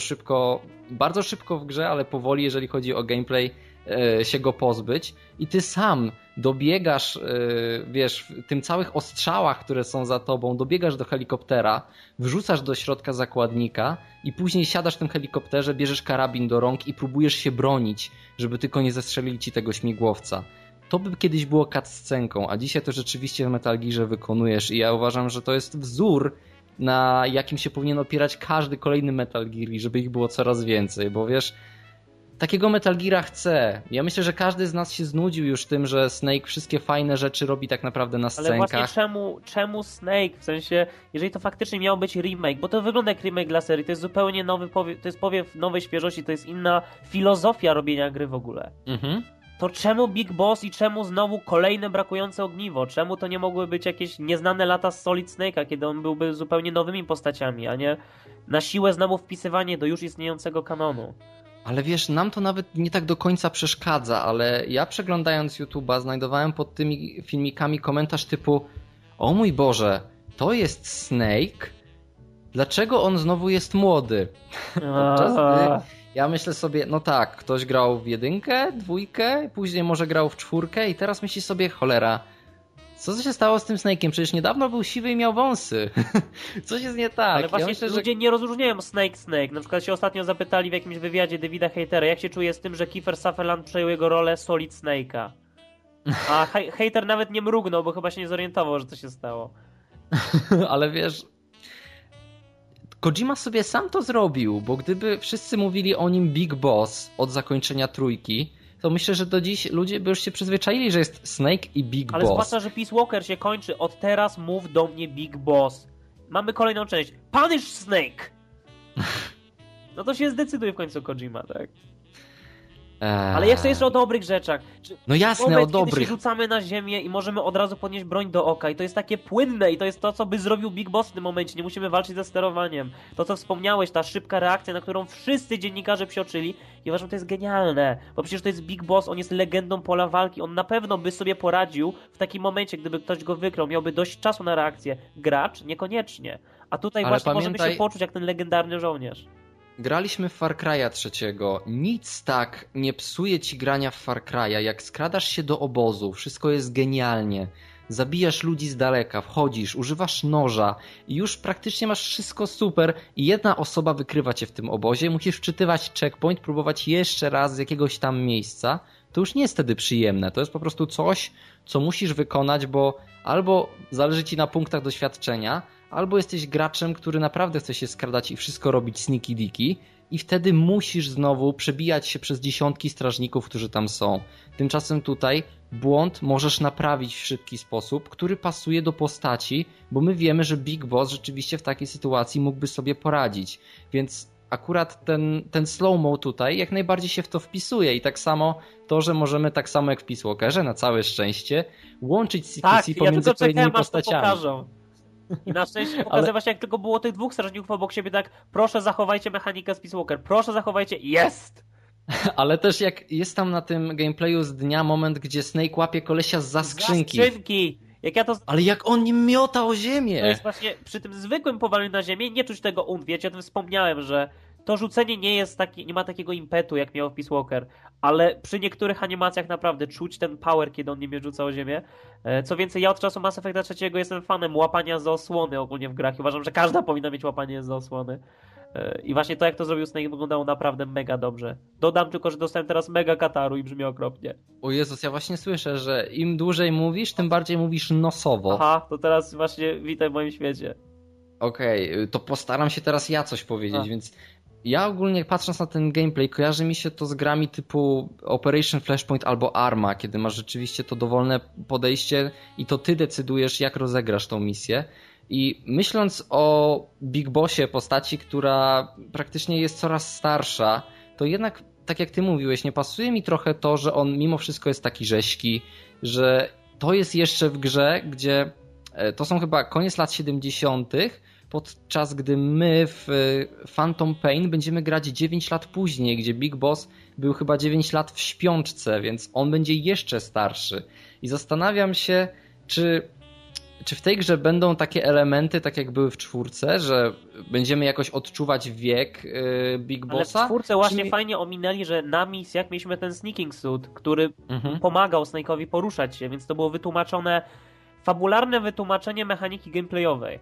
Speaker 1: bardzo szybko w grze, ale powoli, jeżeli chodzi o gameplay, się go pozbyć. I ty sam dobiegasz, wiesz, w tym całych ostrzałach, które są za tobą, dobiegasz do helikoptera, wrzucasz do środka zakładnika i później siadasz w tym helikopterze, bierzesz karabin do rąk i próbujesz się bronić, żeby tylko nie zestrzelili ci tego śmigłowca. To by kiedyś było cutscenką, a dzisiaj to rzeczywiście w Metal Gearze wykonujesz i ja uważam, że to jest wzór, na jakim się powinien opierać każdy kolejny Metal Gear i żeby ich było coraz więcej, bo wiesz, takiego Metal Geara chcę. Ja myślę, że każdy z nas się znudził już tym, że Snake wszystkie fajne rzeczy robi tak naprawdę na scenkach.
Speaker 2: Ale właśnie czemu Snake? W sensie, jeżeli to faktycznie miał być remake, bo to wygląda jak remake dla serii, to jest zupełnie nowy powiew, to jest powiew nowej świeżości, to jest inna filozofia robienia gry w ogóle. To czemu Big Boss i czemu znowu kolejne brakujące ogniwo? Czemu to nie mogły być jakieś nieznane lata z Solid Snake'a, kiedy on byłby zupełnie nowymi postaciami, a nie na siłę znowu wpisywanie do już istniejącego kanonu?
Speaker 1: Ale wiesz, nam to nawet nie tak do końca przeszkadza, ale ja przeglądając YouTube'a znajdowałem pod tymi filmikami komentarz typu: o mój Boże, to jest Snake? Dlaczego on znowu jest młody? Podczas gdy ja myślę sobie, no tak, ktoś grał w 1, 2, później może grał w 4 i teraz myśli sobie, cholera, co się stało z tym Snake'iem? Przecież niedawno był siwy i miał wąsy. Coś jest nie tak.
Speaker 2: Ale właśnie myślę, ludzie nie rozróżniają Snake. Na przykład się ostatnio zapytali w jakimś wywiadzie Davida Hatera, jak się czuje z tym, że Kiefer Sutherland przejął jego rolę Solid Snake'a. A Hater nawet nie mrugnął, bo chyba się nie zorientował, że to się stało.
Speaker 1: Ale wiesz, Kojima sobie sam to zrobił, bo gdyby wszyscy mówili o nim Big Boss od zakończenia 3, to myślę, że do dziś ludzie by już się przyzwyczaili, że jest Snake i Big
Speaker 2: Ale
Speaker 1: Boss.
Speaker 2: zwłaszcza, że Peace Walker się kończy. Od teraz mów do mnie Big Boss. Mamy kolejną część. Punish Snake! No to się zdecyduje w końcu Kojima, tak? Ale ja chcę jeszcze o dobrych rzeczach.
Speaker 1: No jasne,
Speaker 2: moment,
Speaker 1: o dobrych.
Speaker 2: Kiedy się rzucamy na ziemię i możemy od razu podnieść broń do oka i to jest takie płynne i to jest to, co by zrobił Big Boss w tym momencie. Nie musimy walczyć ze sterowaniem. To, co wspomniałeś, ta szybka reakcja, na którą wszyscy dziennikarze psioczyli i uważam, że to jest genialne. Bo przecież to jest Big Boss, on jest legendą pola walki. On na pewno by sobie poradził w takim momencie, gdyby ktoś go wykrył. Miałby dość czasu na reakcję. Gracz? Niekoniecznie. A tutaj
Speaker 1: ale
Speaker 2: właśnie możemy się poczuć jak ten legendarny żołnierz.
Speaker 1: Graliśmy w Far Cry'a 3. Nic tak nie psuje ci grania w Far Cry'a, jak skradasz się do obozu. Wszystko jest genialnie. Zabijasz ludzi z daleka, wchodzisz, używasz noża i już praktycznie masz wszystko super i jedna osoba wykrywa cię w tym obozie. Musisz wczytywać checkpoint, próbować jeszcze raz z jakiegoś tam miejsca. To już nie jest wtedy przyjemne. To jest po prostu coś, co musisz wykonać, bo albo zależy ci na punktach doświadczenia, albo jesteś graczem, który naprawdę chce się skradać i wszystko robić sneaky dicky i wtedy musisz znowu przebijać się przez dziesiątki strażników, którzy tam są. Tymczasem tutaj błąd możesz naprawić w szybki sposób, który pasuje do postaci, bo my wiemy, że Big Boss rzeczywiście w takiej sytuacji mógłby sobie poradzić. Więc akurat ten slow-mo tutaj jak najbardziej się w to wpisuje i tak samo to, że możemy tak samo jak w Peace Walkerze, na całe szczęście, łączyć CQC pomiędzy odpowiednimi postaciami.
Speaker 2: I na szczęście pokazywa się, jak tylko było tych dwóch strażników obok siebie, tak proszę zachowajcie mechanikę z Peace Walker, proszę zachowajcie, jest!
Speaker 1: Ale też jak jest tam na tym gameplayu z dnia moment, gdzie Snake łapie kolesia za skrzynki.
Speaker 2: Jak ja to...
Speaker 1: Ale jak on nim miota o ziemię!
Speaker 2: To jest właśnie przy tym zwykłym powaleniu na ziemię nie czuć tego wiecie, o tym wspomniałem, że to rzucenie nie ma takiego impetu, jak miał w Peace Walker, ale przy niektórych animacjach naprawdę czuć ten power, kiedy on nie mnie rzuca o ziemię. Co więcej, ja od czasu Mass Effecta 3 jestem fanem łapania za osłony ogólnie w grach. Uważam, że każda powinna mieć łapanie za osłony. I właśnie to, jak to zrobił Snake, wyglądało naprawdę mega dobrze. Dodam tylko, że dostałem teraz mega kataru i brzmi okropnie.
Speaker 1: O Jezus, ja właśnie słyszę, że im dłużej mówisz, tym bardziej mówisz nosowo.
Speaker 2: Aha, to teraz właśnie witaj w moim świecie.
Speaker 1: Okej, to postaram się teraz ja coś powiedzieć, więc ja ogólnie patrząc na ten gameplay, kojarzy mi się to z grami typu Operation Flashpoint albo Arma, kiedy masz rzeczywiście to dowolne podejście i to ty decydujesz, jak rozegrasz tą misję. I myśląc o Big Bossie, postaci, która praktycznie jest coraz starsza, to jednak, tak jak ty mówiłeś, nie pasuje mi trochę to, że on mimo wszystko jest taki rześki, że to jest jeszcze w grze, gdzie to są chyba koniec lat 70., podczas gdy my w Phantom Pain będziemy grać 9 lat później, gdzie Big Boss był chyba 9 lat w śpiączce, więc on będzie jeszcze starszy. I zastanawiam się, czy w tej grze będą takie elementy, tak jak były w 4, że będziemy jakoś odczuwać wiek Big Bossa?
Speaker 2: Ale w 4 właśnie fajnie ominęli, że na misjach mieliśmy ten sneaking suit, który pomagał Snake'owi poruszać się, więc to było wytłumaczone, fabularne wytłumaczenie mechaniki gameplayowej.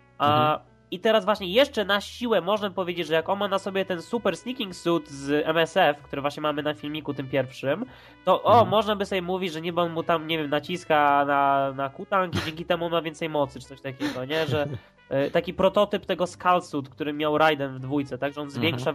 Speaker 2: I teraz właśnie jeszcze na siłę można powiedzieć, że jak on ma na sobie ten super sneaking suit z MSF, który właśnie mamy na filmiku tym pierwszym, to można by sobie mówić, że niby on mu tam, nie wiem, naciska na kutank i dzięki temu on ma więcej mocy, czy coś takiego, nie? Że taki prototyp tego Skull Suit, który miał Raiden w 2, tak? Że on zwiększa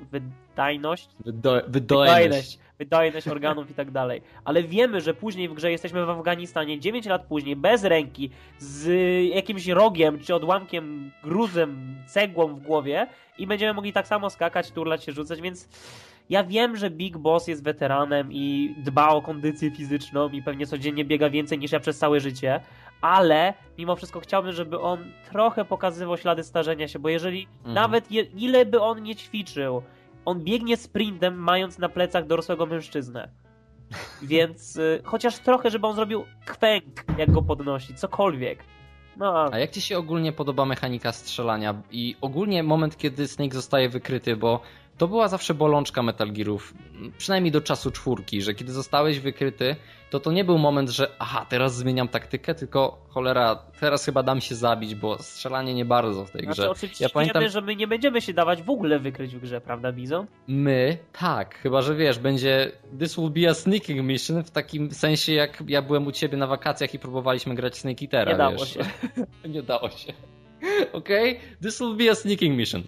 Speaker 2: wydajność organów i tak dalej. Ale wiemy, że później w grze jesteśmy w Afganistanie, 9 lat później, bez ręki, z jakimś rogiem, czy odłamkiem, gruzem, cegłą w głowie i będziemy mogli tak samo skakać, turlać się, rzucać, więc ja wiem, że Big Boss jest weteranem i dba o kondycję fizyczną i pewnie codziennie biega więcej niż ja przez całe życie, ale mimo wszystko chciałbym, żeby on trochę pokazywał ślady starzenia się, bo jeżeli nawet ile by on nie ćwiczył, on biegnie sprintem, mając na plecach dorosłego mężczyznę. Więc chociaż trochę, żeby on zrobił kwęk, jak go podnosi, cokolwiek.
Speaker 1: A jak ci się ogólnie podoba mechanika strzelania i ogólnie moment, kiedy Snake zostaje wykryty, bo to była zawsze bolączka Metal Gearów, przynajmniej do czasu 4, że kiedy zostałeś wykryty, to nie był moment, że teraz zmieniam taktykę, tylko cholera, teraz chyba dam się zabić, bo strzelanie nie bardzo w tej grze.
Speaker 2: Oczywiście wiemy, że my nie będziemy się dawać w ogóle wykryć w grze, prawda, Bizon?
Speaker 1: My? Tak, chyba że wiesz, będzie this will be a sneaking mission, w takim sensie jak ja byłem u ciebie na wakacjach i próbowaliśmy grać Snake Eatera,
Speaker 2: nie dało się.
Speaker 1: Nie dało się. Okej? This will be a sneaking mission.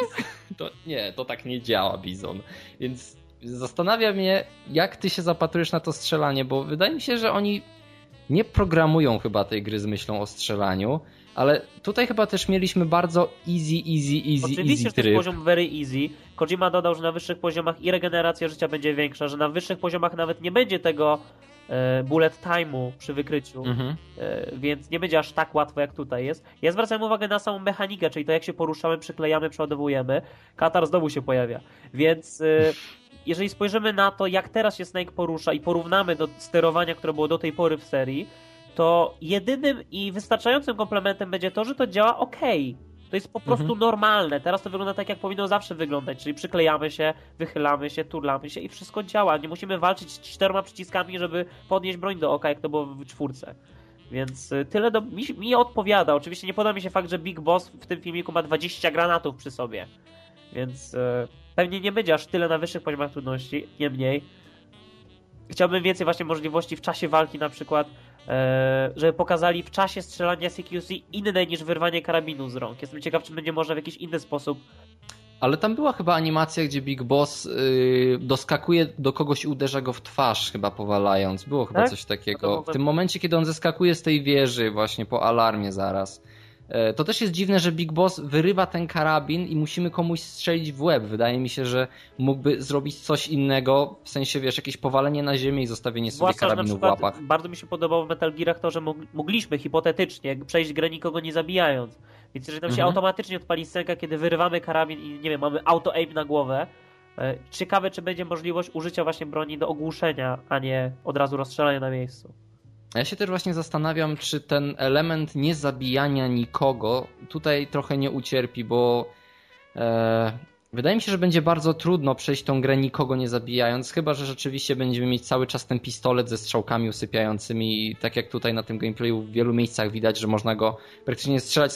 Speaker 1: To tak nie działa, Bizon. Więc zastanawia mnie, jak ty się zapatrujesz na to strzelanie, bo wydaje mi się, że oni nie programują chyba tej gry z myślą o strzelaniu, ale tutaj chyba też mieliśmy bardzo
Speaker 2: Oczywiście, że to jest poziom very easy. Kojima dodał, że na wyższych poziomach i regeneracja życia będzie większa, że na wyższych poziomach nawet nie będzie tego bullet time'u przy wykryciu, więc nie będzie aż tak łatwo jak tutaj jest. Ja zwracam uwagę na samą mechanikę, czyli to jak się poruszamy, przyklejamy, przeładowujemy. Katar znowu się pojawia, więc jeżeli spojrzymy na to, jak teraz się Snake porusza i porównamy do sterowania, które było do tej pory w serii, to jedynym i wystarczającym komplementem będzie to, że to działa okej. To jest po prostu normalne. Teraz to wygląda tak, jak powinno zawsze wyglądać, czyli przyklejamy się, wychylamy się, turlamy się i wszystko działa. Nie musimy walczyć z 4 przyciskami, żeby podnieść broń do oka, jak to było w 4. Więc tyle mi odpowiada. Oczywiście nie podoba mi się fakt, że Big Boss w tym filmiku ma 20 granatów przy sobie. Więc pewnie nie będzie aż tyle na wyższych poziomach trudności, niemniej. Chciałbym więcej właśnie możliwości w czasie walki na przykład, żeby pokazali w czasie strzelania CQC inne niż wyrwanie karabinu z rąk. Jestem ciekaw, czy będzie można w jakiś inny sposób.
Speaker 1: Ale tam była chyba animacja, gdzie Big Boss doskakuje do kogoś i uderza go w twarz, chyba powalając. Było chyba coś takiego. W tym momencie, kiedy on zeskakuje z tej wieży właśnie po alarmie zaraz. To też jest dziwne, że Big Boss wyrywa ten karabin i musimy komuś strzelić w łeb. Wydaje mi się, że mógłby zrobić coś innego, w sensie, wiesz, jakieś powalenie na ziemię i zostawienie sobie karabinu w łapach.
Speaker 2: Bardzo mi się podobało w Metal Gearach to, że mogliśmy hipotetycznie przejść grę nikogo nie zabijając. Więc jeżeli nam się automatycznie odpali scenka, kiedy wyrywamy karabin i nie wiem, mamy auto-aim na głowę, ciekawe, czy będzie możliwość użycia właśnie broni do ogłuszenia, a nie od razu rozstrzelania na miejscu.
Speaker 1: Ja się też właśnie zastanawiam, czy ten element niezabijania nikogo tutaj trochę nie ucierpi, bo wydaje mi się, że będzie bardzo trudno przejść tą grę nikogo nie zabijając, chyba że rzeczywiście będziemy mieć cały czas ten pistolet ze strzałkami usypiającymi i tak jak tutaj na tym gameplayu w wielu miejscach widać, że można go praktycznie strzelać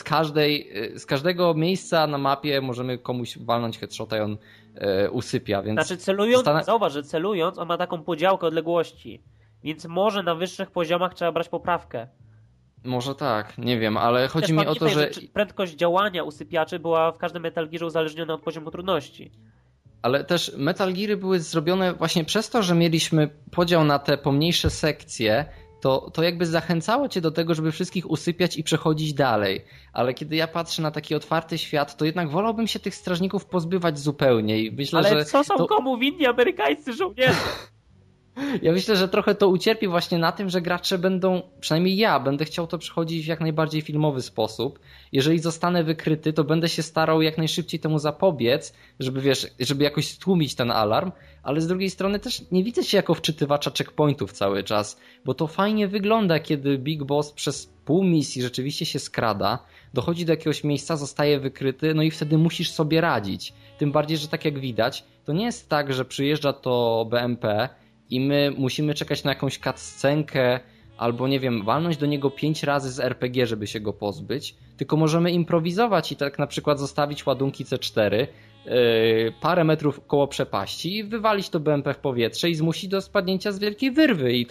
Speaker 1: z każdego miejsca na mapie, możemy komuś walnąć headshota i on usypia. Więc
Speaker 2: znaczy zauważ, że celując on ma taką podziałkę odległości. Więc może na wyższych poziomach trzeba brać poprawkę.
Speaker 1: Może tak, nie wiem, ale chodzi mi o to, że
Speaker 2: prędkość działania usypiaczy była w każdym Metal Gearze uzależniona od poziomu trudności.
Speaker 1: Ale też Metal Geary były zrobione właśnie przez to, że mieliśmy podział na te pomniejsze sekcje, to jakby zachęcało cię do tego, żeby wszystkich usypiać i przechodzić dalej. Ale kiedy ja patrzę na taki otwarty świat, to jednak wolałbym się tych strażników pozbywać zupełnie i myślę,
Speaker 2: ale
Speaker 1: że
Speaker 2: co są komu winni amerykańscy żołnierze?
Speaker 1: Ja myślę, że trochę to ucierpi właśnie na tym, że gracze będą, przynajmniej ja, będę chciał to przechodzić w jak najbardziej filmowy sposób. Jeżeli zostanę wykryty, to będę się starał jak najszybciej temu zapobiec, żeby jakoś stłumić ten alarm, ale z drugiej strony też nie widzę się jako wczytywacza checkpointów cały czas, bo to fajnie wygląda, kiedy Big Boss przez pół misji rzeczywiście się skrada, dochodzi do jakiegoś miejsca, zostaje wykryty, no i wtedy musisz sobie radzić. Tym bardziej, że tak jak widać, to nie jest tak, że przyjeżdża to BMP i my musimy czekać na jakąś cutscenkę albo nie wiem, walnąć do niego 5 razy z RPG, żeby się go pozbyć, tylko możemy improwizować i tak na przykład zostawić ładunki C4 parę metrów koło przepaści i wywalić to BMP w powietrze i zmusić do spadnięcia z wielkiej wyrwy i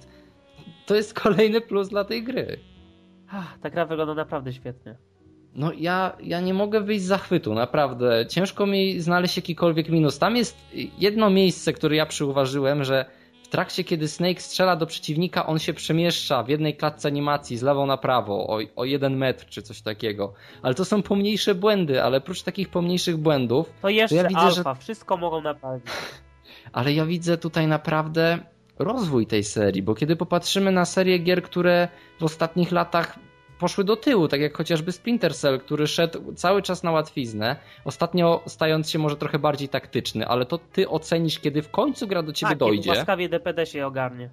Speaker 1: to jest kolejny plus dla tej gry.
Speaker 2: Ta gra wygląda naprawdę świetnie.
Speaker 1: No ja nie mogę wyjść z zachwytu, naprawdę. Ciężko mi znaleźć jakikolwiek minus. Tam jest jedno miejsce, które ja przyuważyłem, że w trakcie, kiedy Snake strzela do przeciwnika, on się przemieszcza w jednej klatce animacji z lewo na prawo o 1 metr czy coś takiego. Ale to są pomniejsze błędy, ale oprócz takich pomniejszych błędów...
Speaker 2: To jeszcze ja widzę, alfa, wszystko mogą naprawić.
Speaker 1: Ale ja widzę tutaj naprawdę rozwój tej serii, bo kiedy popatrzymy na serię gier, które w ostatnich latach poszły do tyłu, tak jak chociażby Splinter Cell, który szedł cały czas na łatwiznę, ostatnio stając się może trochę bardziej taktyczny, ale to ty ocenisz, kiedy w końcu gra do ciebie dojdzie.
Speaker 2: Tak, łaskawie DPD się ogarnie.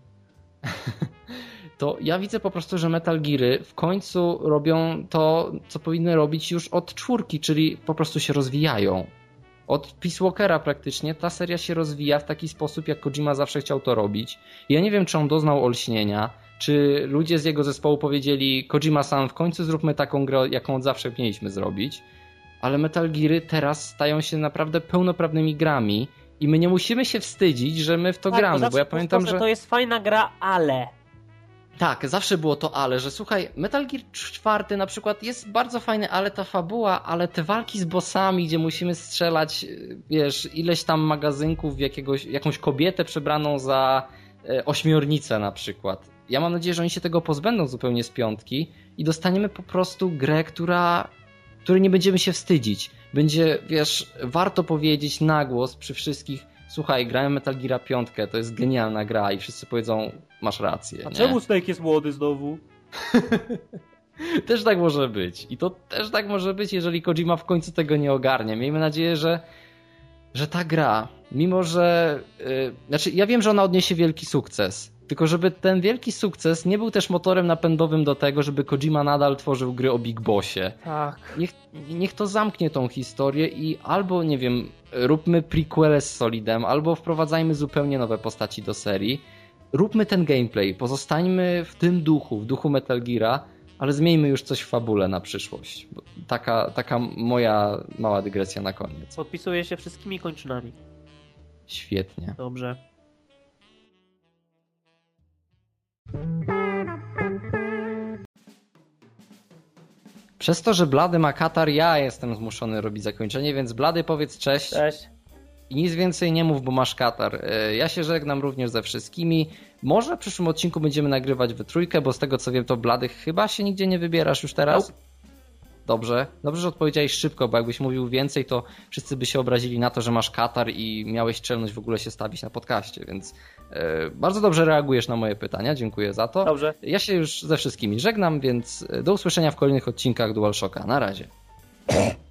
Speaker 1: To ja widzę po prostu, że Metal Geary w końcu robią to, co powinny robić już od 4, czyli po prostu się rozwijają. Od Peace Walkera praktycznie ta seria się rozwija w taki sposób, jak Kojima zawsze chciał to robić. I ja nie wiem, czy on doznał olśnienia, czy ludzie z jego zespołu powiedzieli: Kojima-san, w końcu zróbmy taką grę, jaką od zawsze mieliśmy zrobić. Ale Metal Geary teraz stają się naprawdę pełnoprawnymi grami i my nie musimy się wstydzić, że my w to gramy, bo ja pamiętam, że...
Speaker 2: To jest fajna gra, ale...
Speaker 1: Tak, zawsze było to ale, że słuchaj, Metal Gear 4 na przykład jest bardzo fajny, ale ta fabuła, ale te walki z bossami, gdzie musimy strzelać, wiesz, ileś tam magazynków w jakąś kobietę przebraną za ośmiornicę na przykład. Ja mam nadzieję, że oni się tego pozbędą zupełnie z 5 i dostaniemy po prostu grę, której nie będziemy się wstydzić. Będzie, wiesz, warto powiedzieć na głos przy wszystkich: słuchaj, grałem Metal Gear 5, to jest genialna gra, i wszyscy powiedzą: masz rację.
Speaker 2: A nie? Czemu Snake jest młody znowu?
Speaker 1: Też tak może być. I to też tak może być, jeżeli Kojima w końcu tego nie ogarnie. Miejmy nadzieję, że ta gra, mimo że... Znaczy, ja wiem, że ona odniesie wielki sukces, tylko żeby ten wielki sukces nie był też motorem napędowym do tego, żeby Kojima nadal tworzył gry o Big Bossie.
Speaker 2: Tak.
Speaker 1: Niech to zamknie tą historię i albo, nie wiem, róbmy prequele z Solidem, albo wprowadzajmy zupełnie nowe postaci do serii. Róbmy ten gameplay, pozostańmy w tym duchu, w duchu Metal Gear'a, ale zmieńmy już coś w fabule na przyszłość. Taka moja mała dygresja na koniec.
Speaker 2: Podpisuję się wszystkimi kończynami.
Speaker 1: Świetnie.
Speaker 2: Dobrze.
Speaker 1: Przez to, że Blady ma katar, ja jestem zmuszony robić zakończenie, więc Blady, powiedz cześć.
Speaker 2: Cześć.
Speaker 1: I nic więcej nie mów, bo masz katar. Ja się żegnam również ze wszystkimi. Może w przyszłym odcinku będziemy nagrywać we trójkę, bo z tego co wiem, to Blady chyba się nigdzie nie wybierasz już teraz? Dobrze, że odpowiedziałeś szybko, bo jakbyś mówił więcej, to wszyscy by się obrazili na to, że masz katar i miałeś czelność w ogóle się stawić na podcaście, więc bardzo dobrze reagujesz na moje pytania, dziękuję za to.
Speaker 2: Dobrze.
Speaker 1: Ja się już ze wszystkimi żegnam, więc do usłyszenia w kolejnych odcinkach DualShocka. Na razie.